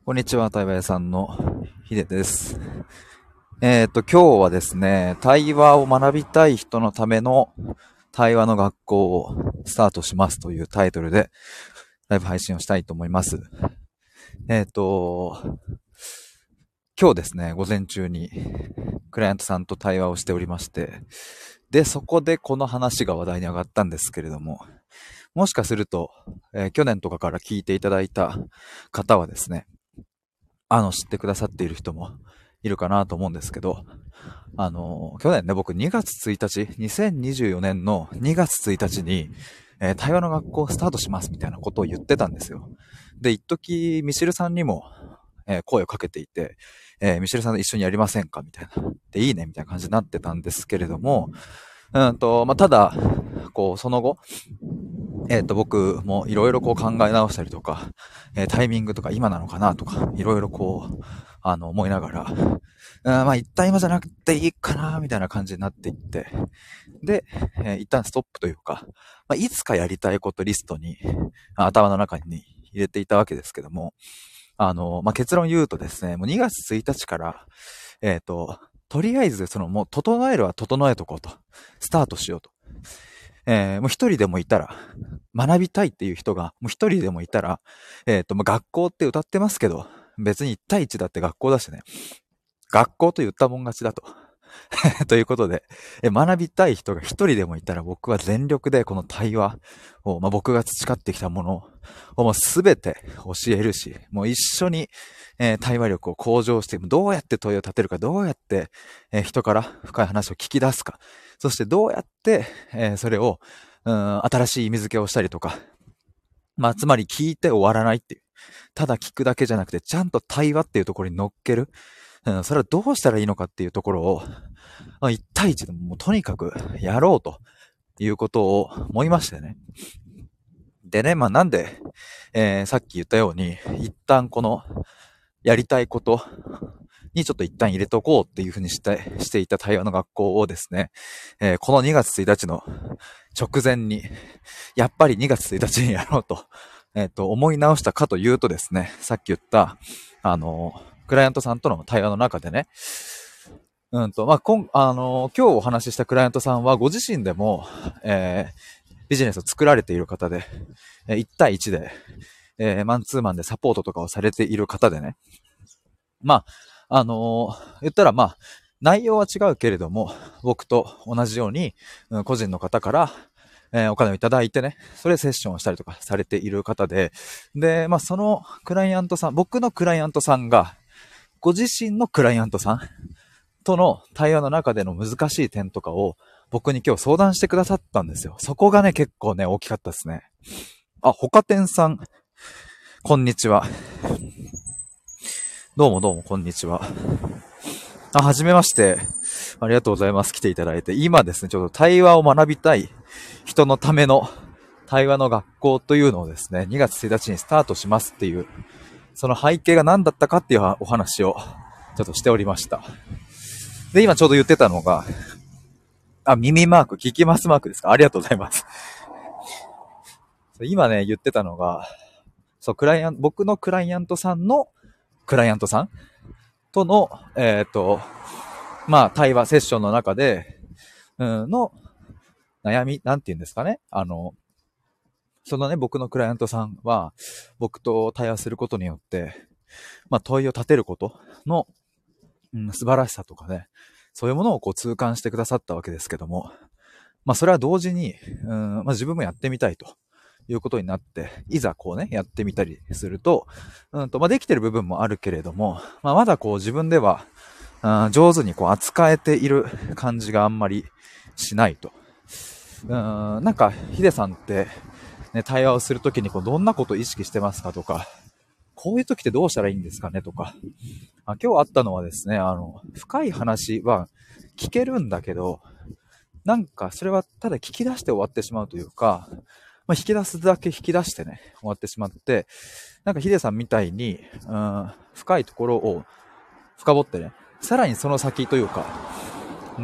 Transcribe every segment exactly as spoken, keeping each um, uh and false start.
こんにちは、対話屋さんのヒデです。えっと、今日はですね、対話を学びたい人のための対話の学校をスタートしますというタイトルでライブ配信をしたいと思います。えっと、今日ですね、午前中にクライアントさんと対話をしておりまして、で、そこでこの話が話題に上がったんですけれども、もしかすると、えー去年とかから聞いていただいた方はですね、あの、知ってくださっている人もいるかなと思うんですけど、あの、去年ね、僕にがつついたち、にせんにじゅうよねんのにがつついたちに、えー対話の学校スタートしますみたいなことを言ってたんですよ。で、一時ミシェルさんにも、えー声をかけていて、えーミシェルさんと一緒にやりませんかみたいな。で、いいねみたいな感じになってたんですけれども、うんと、まあ、ただ、こう、その後、えっと、僕もいろいろこう考え直したりとか、えータイミングとか今なのかなとか、いろいろこう、あの、思いながら、うんまあ、一旦今じゃなくていいかな、みたいな感じになっていって、で、えー一旦ストップというか、まあ、いつかやりたいことリストに、あ頭の中に入れていたわけですけども、あの、まあ、結論言うとですね、もうにがつついたちから、えっと、とりあえず、そのもう整えるは整えとこうと。スタートしようと。えーもう一人でもいたら、学びたいっていう人が、もう一人でもいたら、えっと、まあ、学校って歌ってますけど、別に一対一だって学校だしね。学校と言ったもん勝ちだと。ということで、え学びたい人が一人でもいたら僕は全力でこの対話を、まあ、僕が培ってきたものをもうすべて教えるし、もう一緒に、えー対話力を向上して、どうやって問いを立てるか、どうやって、えー人から深い話を聞き出すか、そしてどうやって、えーそれを、うん、新しい意味付けをしたりとか、まあ、つまり聞いて終わらないっていう。ただ聞くだけじゃなくて、ちゃんと対話っていうところに乗っける。うん、それはどうしたらいいのかっていうところを、まあ、一対一でももうとにかくやろうということを思いましてね。でね、まあなんで、えーさっき言ったように、一旦このやりたいことにちょっと一旦入れとこうっていうふうにして、していた対話の学校をですね、えーこのにがつついたちの直前に、やっぱりにがつついたちにやろうと、えっ、と、思い直したかというとですね、さっき言った、あの、クライアントさんとの対話の中でね、うんと、まあ、こん、あのー今日お話ししたクライアントさんはご自身でも、えービジネスを作られている方で、えー、いち対いちで、えーマンツーマンでサポートとかをされている方でね。まあ、あのー言ったらまあ、内容は違うけれども、僕と同じように、うん、個人の方から、えーお金をいただいてね、それでセッションをしたりとかされている方で、で、まあ、そのクライアントさん、僕のクライアントさんが、ご自身のクライアントさん、との対話の中での難しい点とかを僕に今日相談してくださったんですよ。そこがね、結構ね、大きかったですね。あ、ほかてんさん、こんにちは。どうもどうも、こんにちは。あ、はじめまして。ありがとうございます。来ていただいて。今ですね、ちょっと対話を学びたい人のための対話の学校というのをですね、にがつついたちにスタートしますっていう、その背景が何だったかっていうお話をちょっとしておりました。で、今ちょうど言ってたのが、あ、耳マーク、聞きますマークですか？ありがとうございます。今ね、言ってたのが、そう、クライアント、僕のクライアントさんのクライアントさんとの、えっと、まあ、対話セッションの中で、うん、の悩み、なんて言うんですかね。あの、そのね、僕のクライアントさんは、僕と対話することによって、まあ、問いを立てることの、うん、素晴らしさとかね、そういうものをこう痛感してくださったわけですけども、まあ、それは同時に、うん、まあ、自分もやってみたいということになって、いざこうね、やってみたりすると、うんと、まあ、できてる部分もあるけれども、まあ、まだこう自分では、うん、上手にこう扱えている感じがあんまりしないと。うん、なんか、ヒデさんって、ね、対話をするときにこうどんなことを意識してますかとか、こういう時ってどうしたらいいんですかねとか、あ今日あったのはですね、あの、深い話は聞けるんだけど、なんかそれはただ聞き出して終わってしまうというか、まあ、引き出すだけ引き出してね、終わってしまって、なんかヒデさんみたいに、うん、深いところを深掘ってね、さらにその先というか、うん、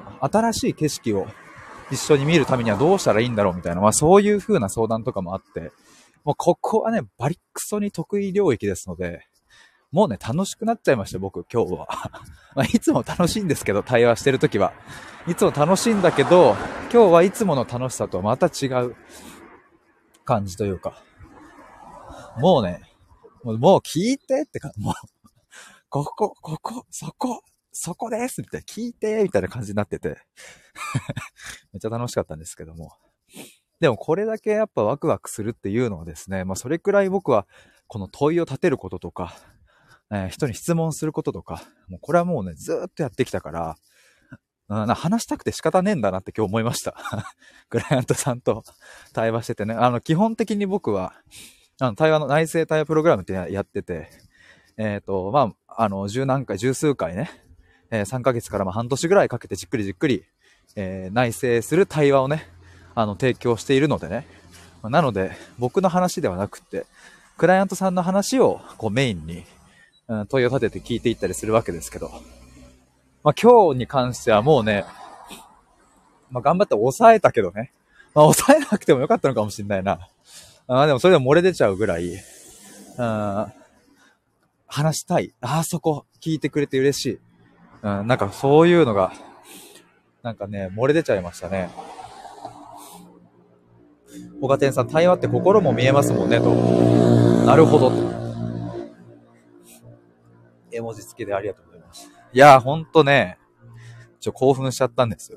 新しい景色を一緒に見るためにはどうしたらいいんだろうみたいな、まあそういう風な相談とかもあって、もうここはね、バリクソに得意領域ですので、 もうね、楽しくなっちゃいました、僕、今日は。まあ、いつも楽しいんですけど、対話してるときは。いつも楽しいんだけど、今日はいつもの楽しさとはまた違う感じというか、もうね、もう、もう聞いてってか、もう、ここ、ここ、そこ、そこですみたいな、聞いてみたいな感じになってて、めっちゃ楽しかったんですけども。でもこれだけやっぱワクワクするっていうのはですね、まあそれくらい僕はこの問いを立てることとか、えー人に質問することとか、もうこれはもうね、ずーっとやってきたから、うん、な話したくて仕方ねえんだなって今日思いました。クライアントさんと対話しててね、あの基本的に僕は、あの対話の内製対話プログラムってやってて、えっ、と、まあ、あの、十何回、十数回ね、えー、さんかげつからまあ半年ぐらいかけてじっくりじっくり、えー内製する対話をね、あの、提供しているのでね。まあなので、僕の話ではなくって、クライアントさんの話をこうメインに、うん、問いを立てて聞いていったりするわけですけど、まあ、今日に関してはもうね、まあ、頑張って抑えたけどね。まあ、抑えなくてもよかったのかもしれないな。あでもそれでも漏れ出ちゃうぐらい、うん、話したい。あそこ聞いてくれて嬉しい。うん、なんかそういうのが、なんかね、漏れ出ちゃいましたね。小賀天さん、対話って心も見えますもんね、と。なるほど。絵文字付きでありがとうございます。いやー、ほんとね、ちょ、興奮しちゃったんですよ。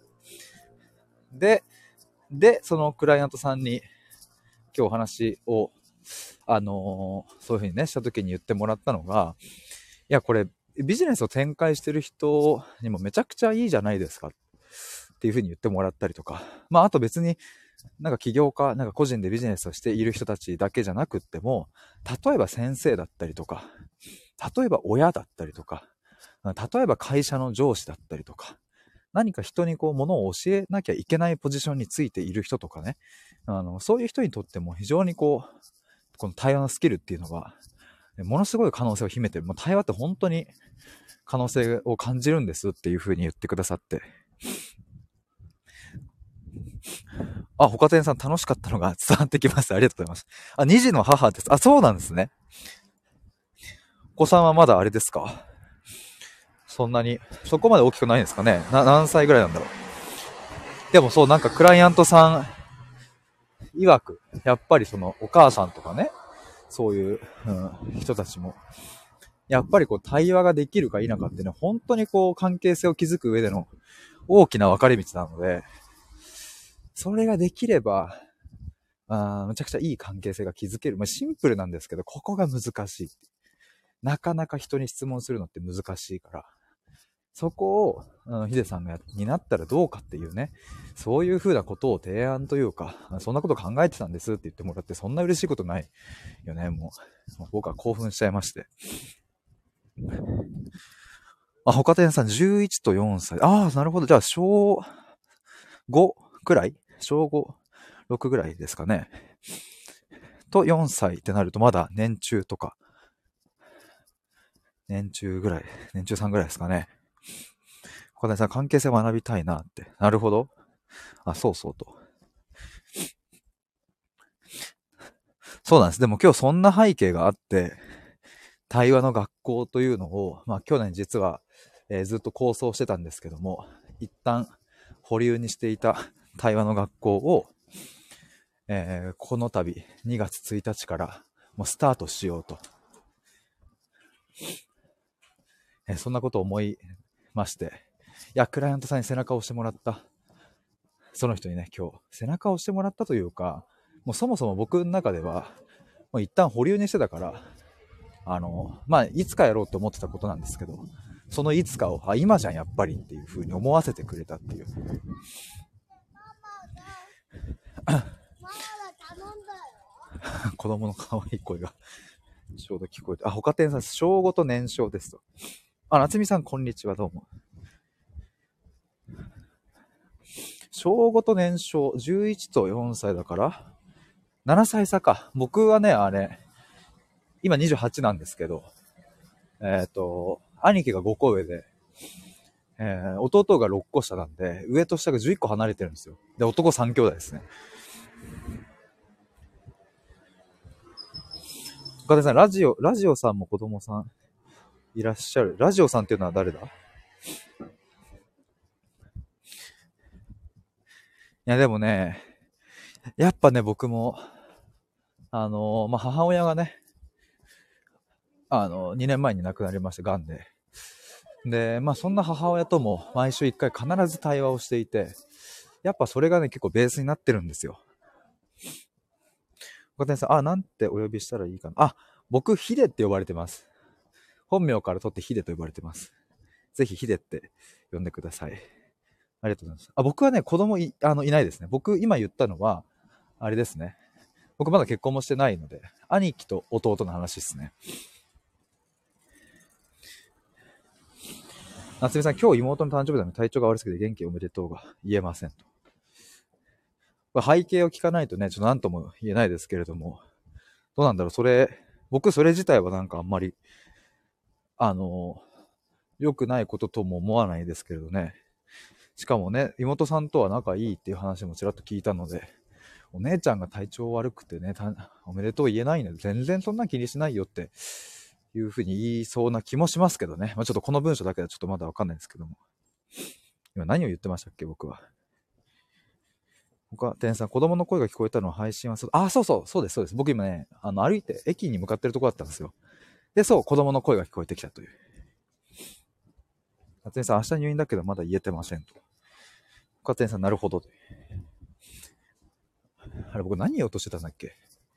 で、で、そのクライアントさんに今日お話を、あのーそういう風にね、した時に言ってもらったのが、いや、これ、ビジネスを展開してる人にもめちゃくちゃいいじゃないですかっていう風に言ってもらったりとか、まあ、あと別になんか起業家、なんか個人でビジネスをしている人たちだけじゃなくっても、例えば先生だったりとか、例えば親だったりとか、例えば会社の上司だったりとか、何か人にこう物を教えなきゃいけないポジションについている人とかね、あの、そういう人にとっても非常にこう、この対話のスキルっていうのは、ものすごい可能性を秘めてる。もう対話って本当に可能性を感じるんですっていう風に言ってくださって。あ、他店さん楽しかったのが伝わってきます。ありがとうございます。あ、に児の母です。あ、そうなんですね。お子さんはまだあれですか？そんなに、そこまで大きくないんですかね。な、何歳ぐらいなんだろう。でもそう、なんかクライアントさん曰く、やっぱりそのお母さんとかね、そういう、うん、人たちも、やっぱりこう対話ができるか否かってね、本当にこう関係性を築く上での大きな分かれ道なので、それができれば、あむちゃくちゃいい関係性が築ける。まあ、シンプルなんですけど、ここが難しい。なかなか人に質問するのって難しいから、そこを、うん、ヒデさんがになったらどうかっていうね、そういう風なことを提案というか、そんなこと考えてたんですって言ってもらって、そんな嬉しいことないよね、もう。もう僕は興奮しちゃいまして。あ、他店さんじゅういちとよんさい。ああ、なるほど。じゃあ、小ごくらい小ご、ろくぐらいですかね。とよんさいってなるとまだ年中とか、年中ぐらい、年中さんぐらいですかね。小谷さん、関係性を学びたいなって。なるほど。あ、そうそうと。そうなんです。でも今日そんな背景があって、対話の学校というのを、まあ去年実は、えーずっと構想してたんですけども、一旦保留にしていた対話の学校を、えーこの度にがつついたちからもうスタートしようと。えーそんなことを思いまして、いや、クライアントさんに背中を押してもらった。その人にね、今日、背中を押してもらったというか、もうそもそも僕の中では、もう一旦保留にしてたから、あの、まあ、いつかやろうと思ってたことなんですけど、そのいつかを、あ、今じゃん、やっぱりっていう風に思わせてくれたっていう。子供の可愛い声がちょうど聞こえて、あ、他店さん、小ごと年少ですと。あ、夏美さん、こんにちは、どうも。小ごと年少、じゅういちとよんさいだから、ななさい差か。僕はね、あれ、今にじゅうはちなんですけど、えっと、兄貴がごこ上で、えー弟がろっこ下なんで、上と下がじゅういっこ離れてるんですよ。で、男さん兄弟ですね。 岡田さん、ラジオ、ラジオさんも子供さんいらっしゃる。ラジオさんっていうのは誰だ？いや、でもね、やっぱね、僕も、あのーまあ、母親がね、あのー、にねんまえに亡くなりまして、癌で。で、まあ、そんな母親とも毎週いっかい必ず対話をしていて、やっぱそれがね、結構ベースになってるんですよ。岡田さん、あ、なんてお呼びしたらいいかな。あ、僕、ヒデって呼ばれてます。本名から取ってヒデと呼ばれてます。ぜひヒデって呼んでください。ありがとうございます。あ、僕はね、子供い、あの、いないですね。僕、今言ったのは、あれですね。僕まだ結婚もしてないので、兄貴と弟の話ですね。夏美さん、今日妹の誕生日なので体調が悪すぎて元気おめでとうが言えませんと。背景を聞かないとね、ちょっと何とも言えないですけれども、どうなんだろう、それ、僕それ自体はなんかあんまり、あの、良くないこととも思わないですけれどね。しかもね、妹さんとは仲いいっていう話もちらっと聞いたので、お姉ちゃんが体調悪くてね、おめでとう言えないので、全然そんな気にしないよっていうふうに言いそうな気もしますけどね。まあ、ちょっとこの文章だけはちょっとまだわかんないですけども。今何を言ってましたっけ、僕は。他、店さん、子供の声が聞こえたのは配信はそう、あ、そうそう、そうです、そうです。僕今ね、あの、歩いて駅に向かってるとこだったんですよ。で、そう、子供の声が聞こえてきたという。勝手さん、明日入院だけどまだ言えてませんと。勝手さん、なるほど。あれ、僕何言おうとしてたんだっけ？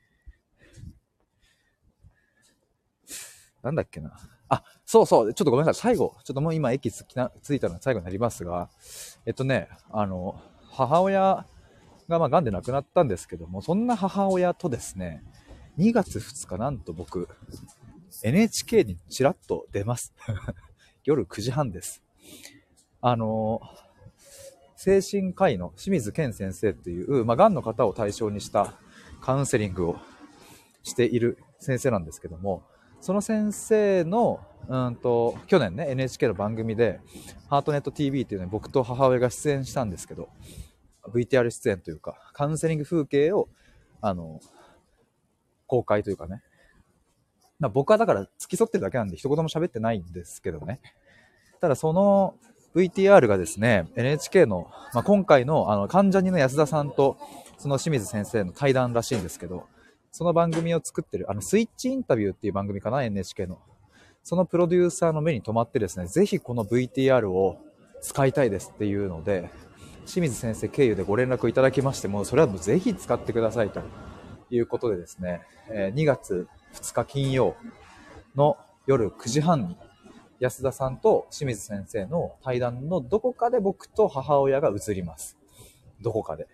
なんだっけな。あ、そうそう。ちょっとごめんなさい。最後。ちょっともう今駅着きな着いたのが最後になりますが、えっとね、あの、母親がまあ癌で亡くなったんですけども、そんな母親とですね、にがつふつかなんと僕、エヌエイチケー にちらっと出ます。夜くじはんです。あの、精神科医の清水健先生っていう、まあ、癌の方を対象にしたカウンセリングをしている先生なんですけども、その先生のうんと去年ね エヌエイチケー の番組でハートネット ティーブイ っていうね、僕と母親が出演したんですけど、 ブイティーアール 出演というかカウンセリング風景をあの公開というかね、僕はだから付き添ってるだけなんで一言も喋ってないんですけどね。ただその ブイティーアール がですね エヌエイチケー の、まあ、今回 の, あの関ジャニの安田さんとその清水先生の対談らしいんですけど、その番組を作ってるあのスイッチインタビューっていう番組かな、 エヌエイチケー のそのプロデューサーの目に留まってですね、ぜひこの ブイティーアール を使いたいですっていうので、清水先生経由でご連絡いただきまして、もうそれはもうぜひ使ってくださいということでですね、にがつふつか金曜の夜くじはんに安田さんと清水先生の対談のどこかで僕と母親が映ります。どこかで。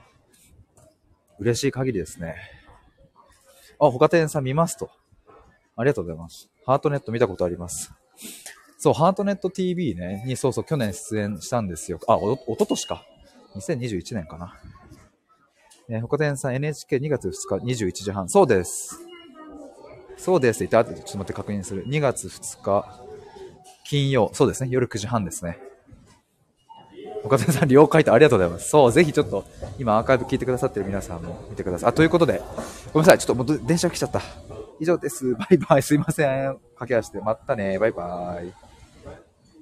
嬉しい限りですね。あ、他店さん見ますと。ありがとうございます。ハートネット見たことあります。そう、ハートネット ティーブイ ね、にそうそう去年出演したんですよ。あ、お、おととしか。にせんにじゅういちねんかな。ね、他店さん エヌエイチケーにがつふつかにじゅういちじはん。そうです。そうですって言って、ちょっと待って確認する。にがつふつか金曜。そうですね。夜くじはんですね。岡田さん、了解とありがとうございます。そう、ぜひちょっと、今アーカイブ聞いてくださってる皆さんも見てください。あ、ということで、ごめんなさい。ちょっともう電車来ちゃった。以上です。バイバイ。すいません。駆け足で。またね。バイバイ。